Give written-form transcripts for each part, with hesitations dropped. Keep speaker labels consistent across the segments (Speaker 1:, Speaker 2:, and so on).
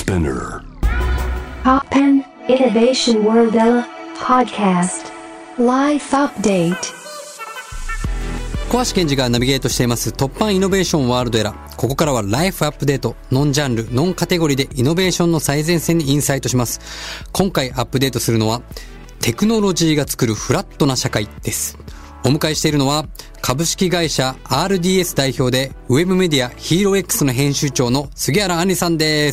Speaker 1: Spinner
Speaker 2: Poppen Innovation World Ella Podcast Life Update
Speaker 3: 小橋健二がナビゲートしています突破イノベーションワールドエラー。ここからはライフアップデート、ノンジャンル、ノンカテゴリーでイノベーションの最前線にインサイトします。今回アップデートするのはテクノロジーが作るフラットな社会です。お迎えしているのは株式会社 RDS 代表でウェブメディアヒーロー X の編集長の杉原杏里さんです。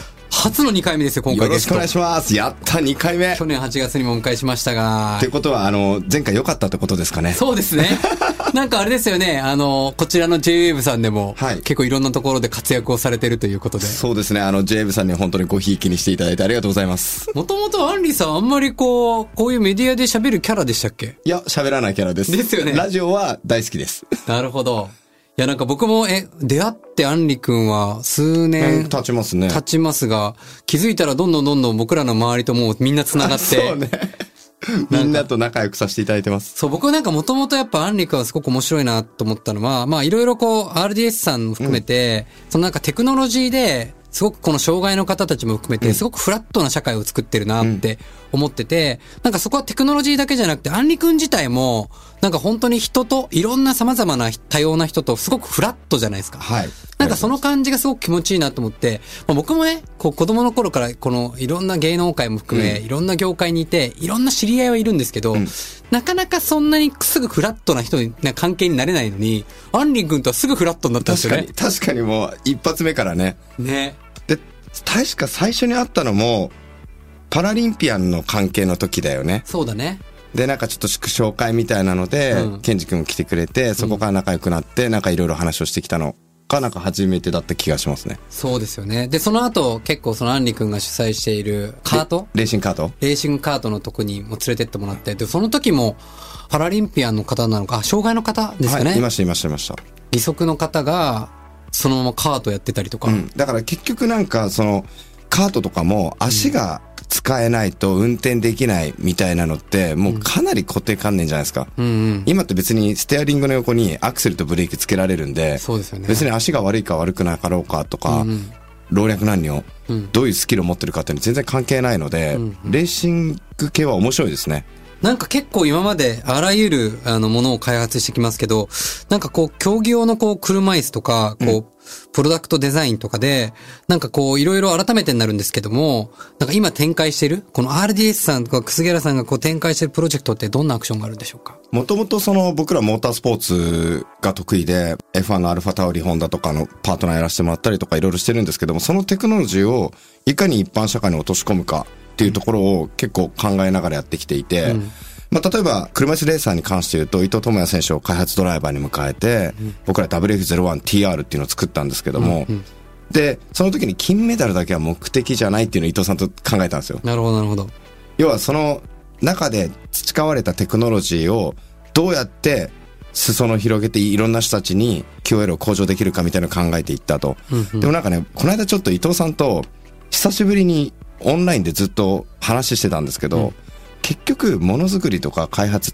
Speaker 3: 初の2回目ですよ、今回
Speaker 4: よろしくお願いします。やった2回目。
Speaker 3: 去年8月にもお迎えしましたが。
Speaker 4: ってことは前回良かったってことですかね。
Speaker 3: そうですね。なんかあれですよね、こちらの JWAVE さんでも、
Speaker 4: はい、
Speaker 3: 結構いろんなところで活躍をされているということで。
Speaker 4: そうですね、JWAVE さんに本当にごひいきにしていただいてありがとうございます。
Speaker 3: もともとアンリさんあんまりこういうメディアで喋るキャラでしたっけ？
Speaker 4: いや、喋らないキャラです。
Speaker 3: ですよね。
Speaker 4: ラジオは大好きです。
Speaker 3: なるほど。いや、なんか僕も出会ってアンリ君は数年
Speaker 4: 経ちますね。
Speaker 3: 経ちますが、気づいたらどんどん僕らの周りともうみんな繋がって。
Speaker 4: そうね。みんなと仲良くさせていただいてます。
Speaker 3: そう、僕はなんかもともとやっぱアンリ君はすごく面白いなと思ったのは、まあいろいろRDS さんも含めて、そのなんかテクノロジーですごくこの障害の方たちも含めてすごくフラットな社会を作ってるなって思ってて、なんかそこはテクノロジーだけじゃなくてアンリ君自体もなんか本当に人といろんな様々な多様な人とすごくフラットじゃないですか。
Speaker 4: はい。
Speaker 3: なんかその感じがすごく気持ちいいなと思って、まあ、僕もね、子供の頃からこのいろんな芸能界も含め、いろんな業界にいて、いろんな知り合いはいるんですけど、なかなかそんなにすぐフラットな人に関係になれないのに、アンリ君とはすぐフラットになったんですよね。
Speaker 4: 確かにもう一発目からね。
Speaker 3: ね。
Speaker 4: で、確か最初に会ったのも、パラリンピアンの関係の時だよね。
Speaker 3: そうだね。
Speaker 4: で、なんかちょっと祝勝会みたいなので、ケンジ君も来てくれて、そこから仲良くなって、なんかいろいろ話をしてきたのが、なんか初めてだった気がしますね。
Speaker 3: そうですよね。で、その後、結構そのアンリ君が主催しているカート
Speaker 4: レーシングカート
Speaker 3: のとこにも連れてってもらって、で、その時も、パラリンピアンの方なのか、障害の方ですかね。
Speaker 4: はい、いました。
Speaker 3: 義足の方が、そのままカートやってたりとか。
Speaker 4: だから結局なんか、カートとかも足が使えないと運転できないみたいなのって、もうかなり固定観念じゃないですか。今って別にステアリングの横にアクセルとブレーキつけられるんで、
Speaker 3: そうですよね。
Speaker 4: 別に足が悪いか悪くなかろうかとか、老若男女、どういうスキルを持ってるかっていうの全然関係ないので、レーシング系は面白いですね。
Speaker 3: なんか結構今まであらゆるものを開発してきますけど、なんか競技用の車椅子とか、プロダクトデザインとかで、なんかいろいろ改めてになるんですけども、なんか今展開してる、この RDS さんとか杉原さんが展開してるプロジェクトってどんなアクションがあるんでしょうか？
Speaker 4: もともと僕らモータースポーツが得意で、F1 のアルファタオリホンダとかのパートナーやらせてもらったりとかいろいろしてるんですけども、そのテクノロジーをいかに一般社会に落とし込むかっていうところを結構考えながらやってきていて、まあ、例えば車椅子レーサーに関して言うと伊藤智也選手を開発ドライバーに迎えて、僕ら WF01TR っていうのを作ったんですけども、でその時に金メダルだけは目的じゃないっていうのを伊藤さんと考えたんですよ。
Speaker 3: なるほど。
Speaker 4: 要はその中で培われたテクノロジーをどうやって裾野を広げていろんな人たちに QOL を向上できるかみたいなのを考えていったと、でもなんかね、この間ちょっと伊藤さんと久しぶりにオンラインでずっと話してたんですけど、結局ものづくりとか開発って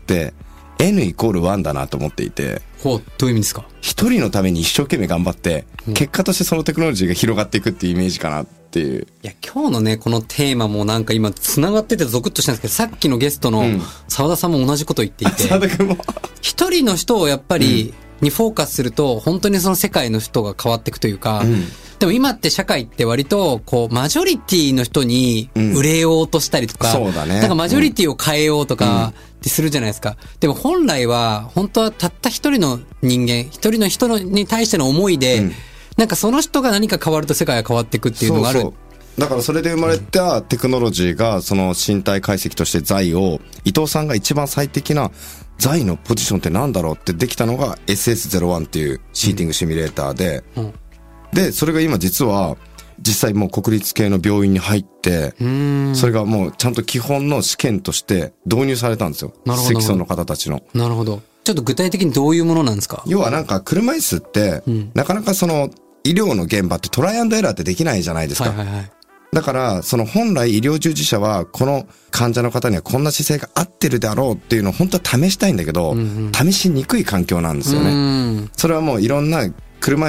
Speaker 4: N=1 だなと思っていて。
Speaker 3: どういう意味ですか？
Speaker 4: 一人のために一生懸命頑張って、結果としてそのテクノロジーが広がっていくっていうイメージかなっていう。
Speaker 3: いや、今日のね、このテーマもなんか今繋がっててゾクッとしたんですけど、さっきのゲストの澤田さんも同じこと言っていて、
Speaker 4: 澤田君も
Speaker 3: 一人の人をやっぱり、にフォーカスすると本当にその世界の人が変わっていくというか、でも今って社会って割とマジョリティの人に売れようとしたりとか、
Speaker 4: そうだね。
Speaker 3: なんかマジョリティを変えようとかってするじゃないですか。でも本来は本当はたった一人の人間、一人の人に対しての思いで、なんかその人が何か変わると世界が変わっていくっていうのがある。
Speaker 4: だからそれで生まれたテクノロジーがその身体解析として財を、伊藤さんが一番最適な財のポジションってなんだろうってできたのが SS01 っていうシーティングシミュレーターで、でそれが今実は実際もう国立系の病院に入って、それがもうちゃんと基本の試験として導入されたんですよ。積層の方たちの。
Speaker 3: なるほど。ちょっと具体的にどういうものなんですか？
Speaker 4: 要はなんか車椅子って、なかなかその医療の現場ってトライアンドエラーってできないじゃないですか。だからその本来医療従事者はこの患者の方にはこんな姿勢が合ってるだろうっていうのを本当は試したいんだけど、試しにくい環境なんですよね。それはもういろんな車椅子を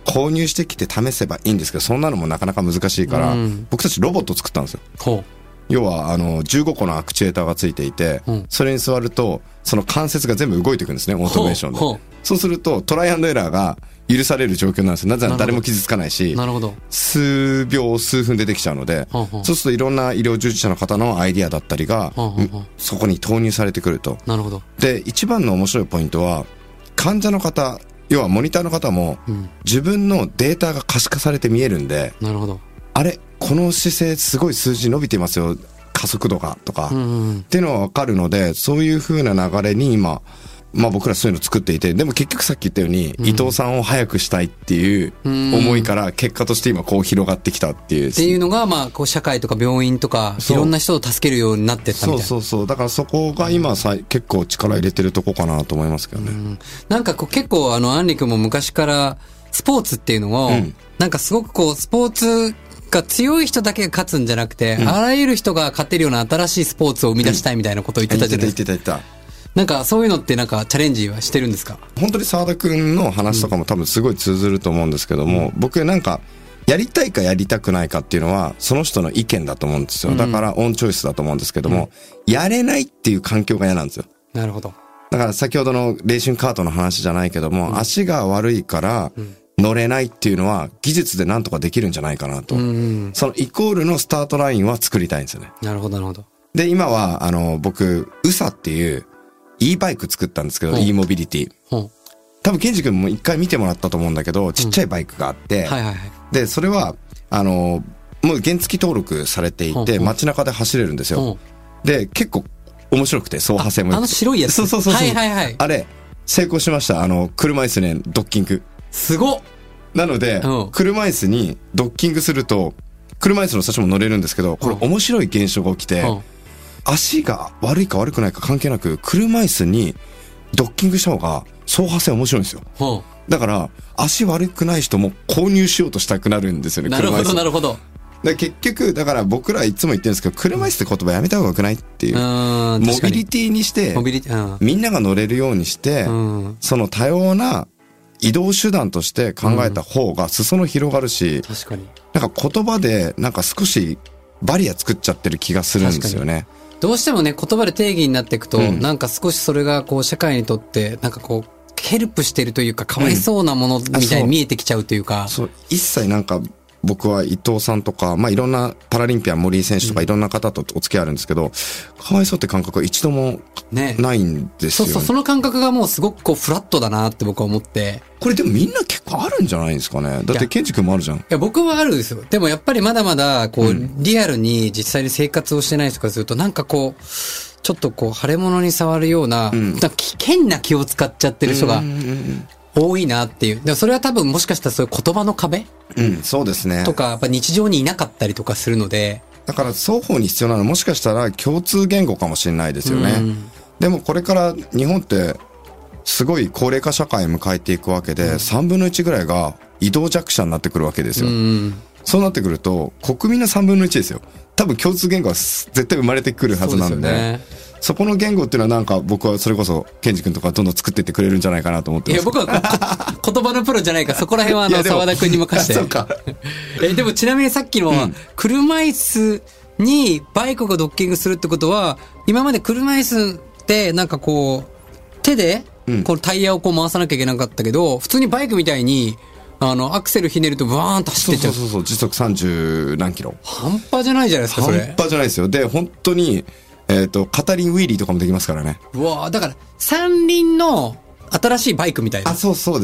Speaker 4: 購入してきて試せばいいんですけど、そんなのもなかなか難しいから、僕たちロボットを作ったんですよ。
Speaker 3: ほう。
Speaker 4: 要は15個のアクチュエーターがついていて、それに座るとその関節が全部動いていくんですね、オートメーションで。そうするとトライアンドエラーが許される状況なんですよ。なぜなら誰も傷つかないし、
Speaker 3: なるほど。
Speaker 4: 数秒数分でできちゃうので、そうするといろんな医療従事者の方のアイディアだったりが、そこに投入されてくると。
Speaker 3: なるほど。
Speaker 4: で、一番の面白いポイントは、患者の方、要はモニターの方も、自分のデータが可視化されて見えるんで、
Speaker 3: なるほど。
Speaker 4: あれこの姿勢すごい数字伸びてますよ、加速度がとか、っていうのは分かるので、そういう風な流れに今、僕らそういうの作っていて、でも結局さっき言ったように、伊藤さんを早くしたいっていう思いから結果として今こう広がってきたっていう。
Speaker 3: っていうのが、こう社会とか病院とかいろんな人を助けるようになってったみたいな。
Speaker 4: そう。だからそこが今結構力入れてるとこかなと思いますけどね。
Speaker 3: なんか結構アンリ君も昔からスポーツっていうのを、なんかすごくスポーツが強い人だけが勝つんじゃなくて、あらゆる人が勝てるような新しいスポーツを生み出したいみたいなことを言ってたじゃないですか。
Speaker 4: 言ってた。
Speaker 3: なんかそういうのってなんかチャレンジはしてるんですか？
Speaker 4: 本当に澤田くんの話とかも多分すごい通ずると思うんですけども、僕なんかやりたいかやりたくないかっていうのはその人の意見だと思うんですよ。だからオンチョイスだと思うんですけども、やれないっていう環境が嫌なんですよ。
Speaker 3: なるほど。
Speaker 4: だから先ほどのレーシングカートの話じゃないけども、足が悪いから乗れないっていうのは技術でなんとかできるんじゃないかなと。そのイコールのスタートラインは作りたいんですよね。
Speaker 3: なるほどなるほど。
Speaker 4: で今は僕USAっていうe バイク作ったんですけど、e モビリティ。多分ケンジ君も一回見てもらったと思うんだけど、ちっちゃいバイクがあって、でそれはもう原付登録されていて、街中で走れるんですよ。で結構面白くて、走破性も
Speaker 3: 白いやつ。
Speaker 4: そう。あれ成功しました。車椅子ねドッキング。
Speaker 3: すごっ。
Speaker 4: なので、車椅子にドッキングすると、車椅子の最初も乗れるんですけど、これ面白い現象が起きて、足が悪いか悪くないか関係なく、車椅子にドッキングした方が走破性面白いんですよ。だから、足悪くない人も購入しようとしたくなるんですよね、
Speaker 3: なるほど、なるほど。
Speaker 4: で結局、だから僕らいつも言ってるんですけど、車椅子って言葉やめた方が良くないっていう。モビリティにして、みんなが乗れるようにして、その多様な移動手段として考えた方が裾野広がるし、
Speaker 3: 確かに。
Speaker 4: なんか言葉でなんか少しバリア作っちゃってる気がするんですよね。
Speaker 3: どうしてもね、言葉で定義になっていくと、なんか少しそれが社会にとってなんかヘルプしてるというか、かわいそうなものみたいに見えてきちゃうというか、
Speaker 4: そう一切なんか僕は伊藤さんとか、いろんなパラリンピアン森井選手とかいろんな方とお付き合いあるんですけど、かわいそうって感覚は一度もないんですよね。
Speaker 3: その感覚がもうすごくフラットだなって僕は思って。
Speaker 4: これでもみんな結構あるんじゃないですかね。だってケンジ君もあるじゃん。い
Speaker 3: や僕はあるんですよ。でもやっぱりまだまだリアルに実際に生活をしてない人からすると、なんかちょっと腫れ物に触るような、なんか危険な気を使っちゃってる人が多いなっていう。でもそれは多分もしかしたらそういう言葉の壁、
Speaker 4: そうですね。
Speaker 3: とか、やっぱ日常にいなかったりとかするので。
Speaker 4: だから双方に必要なのはもしかしたら共通言語かもしれないですよね。でもこれから日本ってすごい高齢化社会を迎えていくわけで、3分の1ぐらいが移動弱者になってくるわけですよ。そうなってくると国民の3分の1ですよ。多分共通言語は絶対生まれてくるはずなんで、そこの言語っていうのはなんか僕はそれこそケンジ君とかどんどん作っていってくれるんじゃないかなと思ってます。
Speaker 3: いや僕は言葉のプロじゃないから、そこら辺は澤田君に任せて。そうか。でもちなみにさっきの車椅子にバイクがドッキングするってことは、今まで車椅子ってなんか手でこのタイヤを回さなきゃいけなかったけど、普通にバイクみたいにアクセルひねるとバーンと走ってっちゃう。
Speaker 4: そう時速30何キロ。
Speaker 3: 半端じゃないじゃないですかそれ。
Speaker 4: 半端じゃないですよ。で本当に片輪ウィーリーとかもできますからね。
Speaker 3: うわだから三輪の新しいバイクみたいな。
Speaker 4: そうです。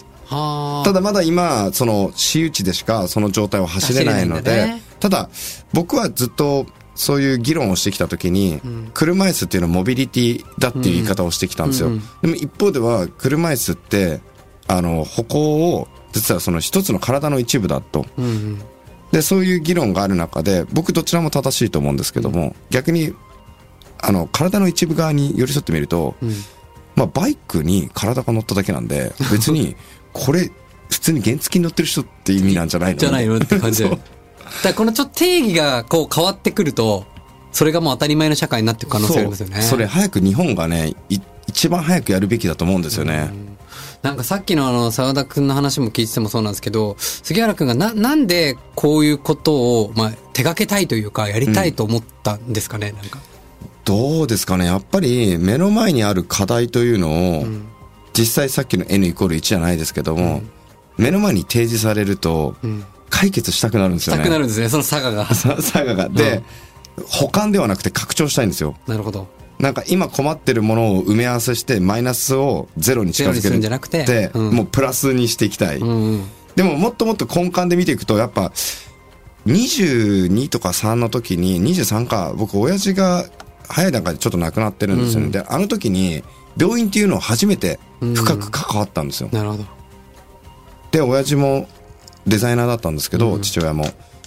Speaker 4: ただまだ今その私有地でしかその状態を走れないので、ただ僕はずっとそういう議論をしてきたときに、車椅子っていうのはモビリティだっていう言い方をしてきたんですよ。でも一方では車椅子って歩行を実はその一つの体の一部だと。でそういう議論がある中で、僕どちらも正しいと思うんですけども、逆に体の一部側に寄り添ってみると、バイクに体が乗っただけなんで、別にこれ普通に原付に乗ってる人って意味なんじゃないの
Speaker 3: じゃないのって感じで。だからこのちょっと定義が変わってくると、それがもう当たり前の社会になっていく可能性ありますよね。
Speaker 4: それ早く日本がね一番早くやるべきだと思うんですよね。
Speaker 3: なんかさっきの澤田くんの話も聞いててもそうなんですけど、杉原くんがなんでこういうことを、手掛けたいというか、やりたいと思ったんですかね、なんか。
Speaker 4: どうですかね。やっぱり目の前にある課題というのを、実際さっきの N=1 じゃないですけども、目の前に提示されると、解決したくなるんですよね。
Speaker 3: したくなるんですね、その差が。
Speaker 4: 差が。で、補完ではなくて拡張したいんですよ。
Speaker 3: なるほど。
Speaker 4: なんか今困ってるものを埋め合わせしてマイナスをゼロに近づけるんじゃなくて、もうプラスにしていきたい。でももっともっと根幹で見ていくと、やっぱ22とか3の時に、23か、僕親父が早い段階でちょっと亡くなってるんですよね。で、あの時に病院っていうのを初めて深く関わったんですよ。
Speaker 3: なるほど。
Speaker 4: で、親父もデザイナーだったんですけど、父親も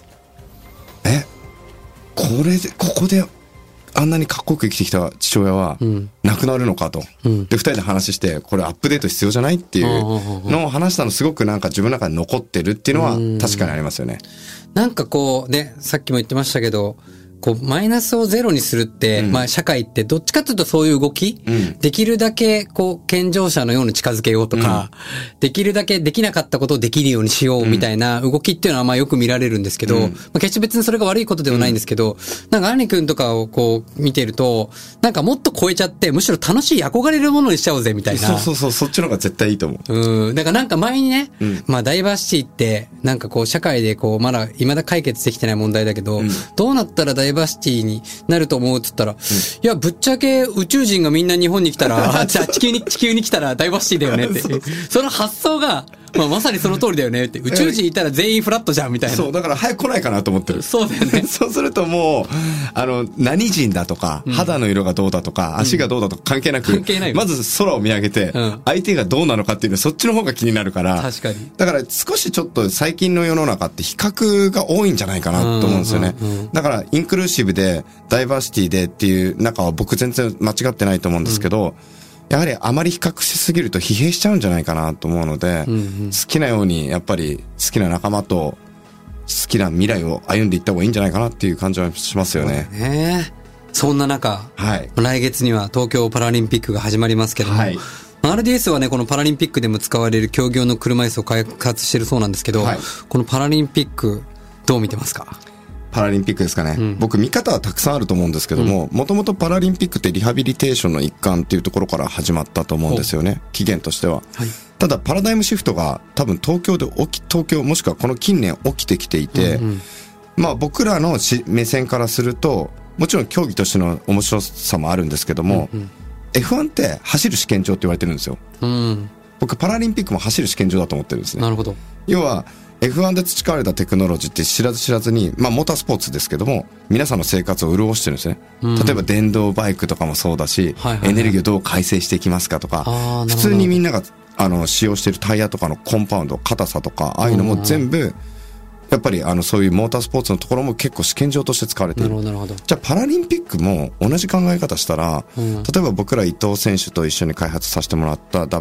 Speaker 4: ここであんなにかっこよく生きてきた父親は亡くなるのかと、で2人で話して、これアップデート必要じゃないっていうのを話したの、すごくなんか自分の中に残ってるっていうのは確かにありますよね。
Speaker 3: なんかこうね、さっきも言ってましたけど、こうマイナスをゼロにするって、社会ってどっちかというとそういう動き、できるだけこう健常者のように近づけようとか、できるだけできなかったことをできるようにしようみたいな動きっていうのはよく見られるんですけど、決して別にそれが悪いことではないんですけど、なんか兄くんとかをこう見てると、なんかもっと超えちゃって、むしろ楽しい憧れるものにしちゃおうぜみたいな。
Speaker 4: そう、そっちの方が絶対いいと思う。
Speaker 3: だからなんか前にね、ダイバーシティって、なんかこう社会でこう未だ解決できてない問題だけど、どうなったらダイバーシティになると思うって言ったら、いや、ぶっちゃけ宇宙人がみんな日本に来たら、じゃあ地球に来たらダイバーシティだよねって。その発想が、まさにその通りだよねって。宇宙人いたら全員フラットじゃんみたいな。
Speaker 4: そう、だから早く来ないかなと思ってる。
Speaker 3: そうだよね。
Speaker 4: そうするともう、何人だとか、肌の色がどうだとか、足がどうだとか関係なく、まず空を見上げて、相手がどうなのかっていうのはそっちの方が気になるから、
Speaker 3: 確かに。
Speaker 4: だから少しちょっと最近の世の中って比較が多いんじゃないかなと思うんですよね。だからインクルーシブで、ダイバーシティでっていう中は僕全然間違ってないと思うんですけど、やはりあまり比較しすぎると疲弊しちゃうんじゃないかなと思うので、好きなようにやっぱり好きな仲間と好きな未来を歩んでいった方がいいんじゃないかなっていう感じはしますよね。
Speaker 3: そんな中、来月には東京パラリンピックが始まりますけども、RDS はね、このパラリンピックでも使われる競技用の車椅子を開発してるそうなんですけど、このパラリンピックどう見てますか？
Speaker 4: パラリンピックですかね、僕見方はたくさんあると思うんですけども、もともとパラリンピックってリハビリテーションの一環っていうところから始まったと思うんですよね、起源としては。ただパラダイムシフトが多分東京もしくはこの近年起きてきていて、僕らの目線からするともちろん競技としての面白さもあるんですけども、F1 って走る試験場って言われてるんですよ。僕パラリンピックも走る試験場だと思ってるんですね。
Speaker 3: なるほど。
Speaker 4: 要はF1 で培われたテクノロジーって知らず知らずに、モータースポーツですけども、皆さんの生活を潤してるんですね。例えば電動バイクとかもそうだし、エネルギーをどう改正していきますかとか、普通にみんなが使用しているタイヤとかのコンパウンド、硬さとか、ああいうのも全部、やっぱりそういうモータースポーツのところも結構試験場として使われている。
Speaker 3: なるほど。
Speaker 4: じゃあパラリンピックも同じ考え方したら、例えば僕ら伊藤選手と一緒に開発させてもらった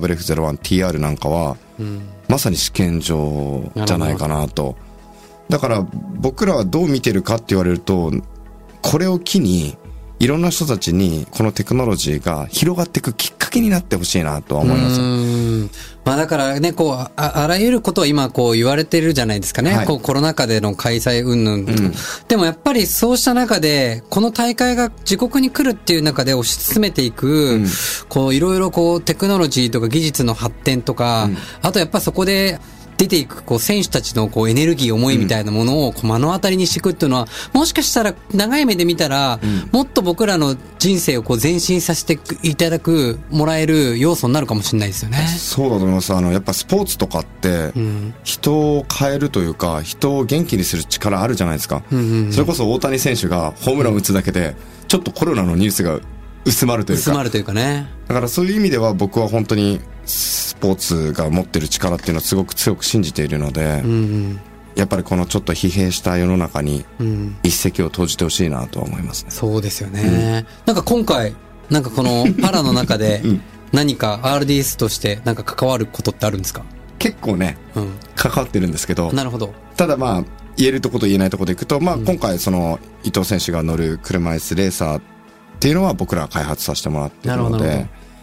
Speaker 4: WF01TR なんかは、まさに試験場じゃないかなと。だから僕らはどう見てるかって言われると、これを機にいろんな人たちにこのテクノロジーが広がっていくきっかけになってほしいなとは思います。
Speaker 3: だからね、あらゆることは今言われてるじゃないですかね。コロナ禍での開催云々、でもやっぱりそうした中で、この大会が自国に来るっていう中で推し進めていく、いろいろテクノロジーとか技術の発展とか、あとやっぱそこで、出ていく選手たちのエネルギー思いみたいなものを目の当たりにしていくっていうのは、もしかしたら長い目で見たら、もっと僕らの人生を前進させていただくもらえる要素になるかもしれないですよね。
Speaker 4: そうだと思います。やっぱスポーツとかって人を変えるというか、人を元気にする力あるじゃないですか。それこそ大谷選手がホームランを打つだけでちょっとコロナのニュースが薄まるというかね。だからそういう意味では僕は本当にスポーツが持ってる力っていうのをすごく強く信じているので、やっぱりこのちょっと疲弊した世の中に一石を投じてほしいなとは思いますね。
Speaker 3: そうですよね。なんか今回このパラの中で何か RDS として関わることってあるんですか？
Speaker 4: 結構ね、関わってるんですけど。
Speaker 3: なるほど。
Speaker 4: ただ言えるところと言えないところでいくと、今回その伊藤選手が乗る車椅子レーサーっていうのは僕ら開発させてもらっているので、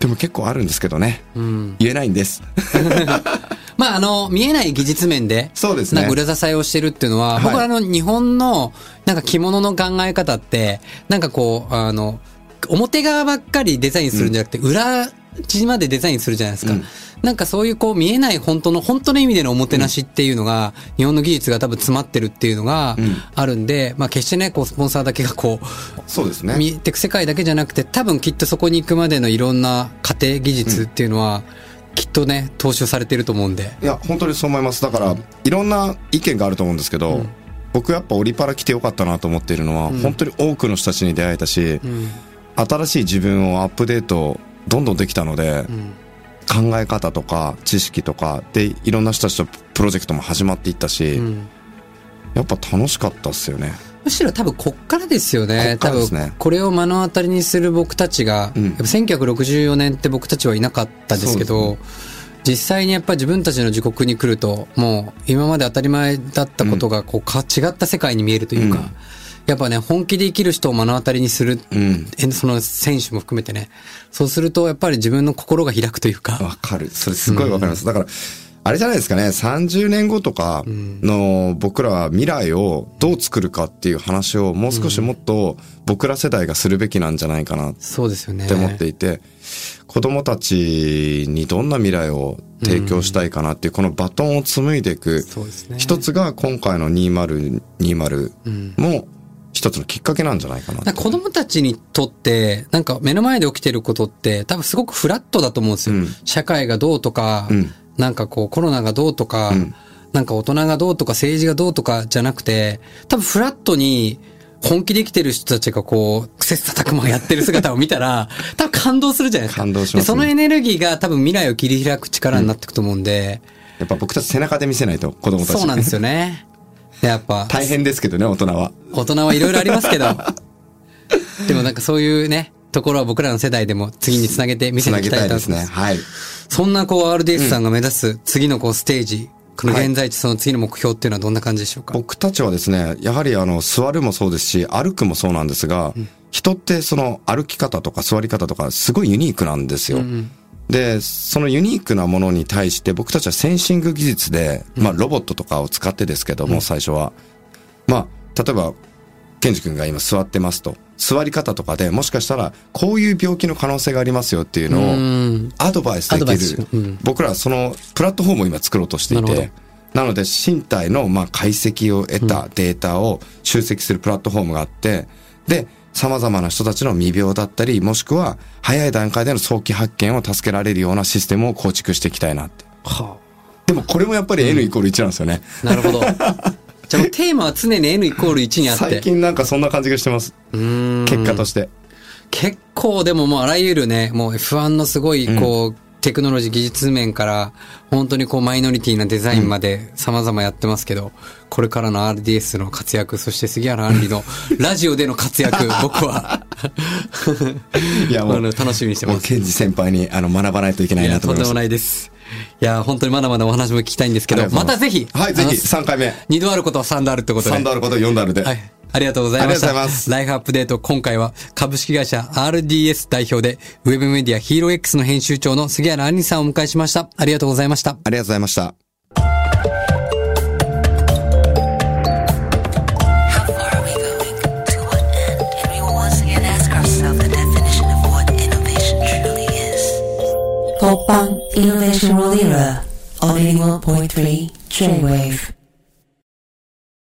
Speaker 4: でも結構あるんですけどね。言えないんです。
Speaker 3: まあ見えない技術面で、
Speaker 4: そうですね。
Speaker 3: なんか裏支えをしてるっていうのは、僕は日本のなんか着物の考え方って、なんかこう、表側ばっかりデザインするんじゃなくて、裏地までデザインするじゃないですか。なんかそういうこう見えない本当の意味でのおもてなしっていうのが、日本の技術が多分詰まってるっていうのがあるんで、まあ決してね、こうスポンサーだけがこう、
Speaker 4: そうですね。
Speaker 3: 見えてく世界だけじゃなくて、多分きっとそこに行くまでのいろんな過程技術っていうのは、きっとね、踏襲されてると思うんで。
Speaker 4: いや、本当にそう思います。だから、いろんな意見があると思うんですけど、僕やっぱオリパラ来てよかったなと思っているのは、本当に多くの人たちに出会えたし、新しい自分をアップデートどんどんできたので、考え方とか知識とかでいろんな人たちとプロジェクトも始まっていったし、やっぱ楽しかったっすよね。
Speaker 3: むしろ多分こっからですよね。
Speaker 4: こっからですね。
Speaker 3: 多分これを目の当たりにする僕たちが、やっぱ1964年って僕たちはいなかったですけど、実際にやっぱり自分たちの自国に来ると、もう今まで当たり前だったことがこう違った世界に見えるというか、やっぱね、本気で生きる人を目の当たりにする、その選手も含めてね、そうするとやっぱり自分の心が開くというか。
Speaker 4: わかる。それすごいわかります。だから、あれじゃないですかね、30年後とかの僕らは未来をどう作るかっていう話をもう少しもっと僕ら世代がするべきなんじゃないかなって思っていて、子供たちにどんな未来を提供したいかなっていうこのバトンを紡いでいく一つが今回の2020も一つのきっかけなんじゃないかな。
Speaker 3: 子供たちにとってなんか目の前で起きてることって多分すごくフラットだと思うんですよ。社会がどうとか、なんかこうコロナがどうとか、なんか大人がどうとか政治がどうとかじゃなくて、多分フラットに本気で生きてる人たちがこう、切磋琢磨やってる姿を見たら、多分感動するじゃないですか。
Speaker 4: 感動しますね。
Speaker 3: で、そのエネルギーが多分未来を切り開く力になっていくと思うんで。
Speaker 4: やっぱ僕たち背中で見せないと、子供たち。
Speaker 3: そうなんですよね。やっぱ。
Speaker 4: 大変ですけどね、大人は。
Speaker 3: 大人はいろいろありますけど。でもなんかそういうね、ところは僕らの世代でも次につなげて見せていきたいと思います。
Speaker 4: ですね。はい。
Speaker 3: そんなこう RDS さんが目指す次のこうステージ、この現在地その次の目標っていうのはどんな感じでしょうか？
Speaker 4: 僕たちはですね、やはり座るもそうですし、歩くもそうなんですが、人ってその歩き方とか座り方とかすごいユニークなんですよ。で、そのユニークなものに対して僕たちはセンシング技術で、まあロボットとかを使ってですけども、最初は。まあ、例えば、ケンジ君が今座ってますと。座り方とかでもしかしたらこういう病気の可能性がありますよっていうのをアドバイスできる。僕らはそのプラットフォームを今作ろうとしていて、なので身体のまあ解析を得たデータを集積するプラットフォームがあって、で、様々な人たちの未病だったり、もしくは早い段階での早期発見を助けられるようなシステムを構築していきたいなって。でもこれもやっぱり N イコール1なんですよね。
Speaker 3: なるほど。じゃあもうテーマは常に N イコール1にあって。
Speaker 4: 最近なんかそんな感じがしてます。結果として。
Speaker 3: 結構でももうあらゆるね、もう F1 のすごいこう、テクノロジー技術面から本当にこうマイノリティなデザインまで様々やってますけど、これからの RDS の活躍、そして杉原杏里のラジオでの活躍、僕はいやもう楽しみにしてます。
Speaker 4: もうケンジ先輩に学ばないといけないなと思います。
Speaker 3: とんでもないです。いや本当にまだまだお話も聞きたいんですけど、またぜひ、
Speaker 4: はいぜひ3回目
Speaker 3: 2度あることは3度あるってことで、
Speaker 4: 3度あることは4度あるで、
Speaker 3: はい、ありがとうございました。
Speaker 4: ありがとうございます。
Speaker 3: ライフアップデート、今回は株式会社 RDS 代表でウェブメディアヒーロー X の編集長の杉原杏里さんをお迎えしました。ありがとうございました。
Speaker 4: ありがとうございました。
Speaker 1: Toppan Innovation World Era on 81.3 J-Wave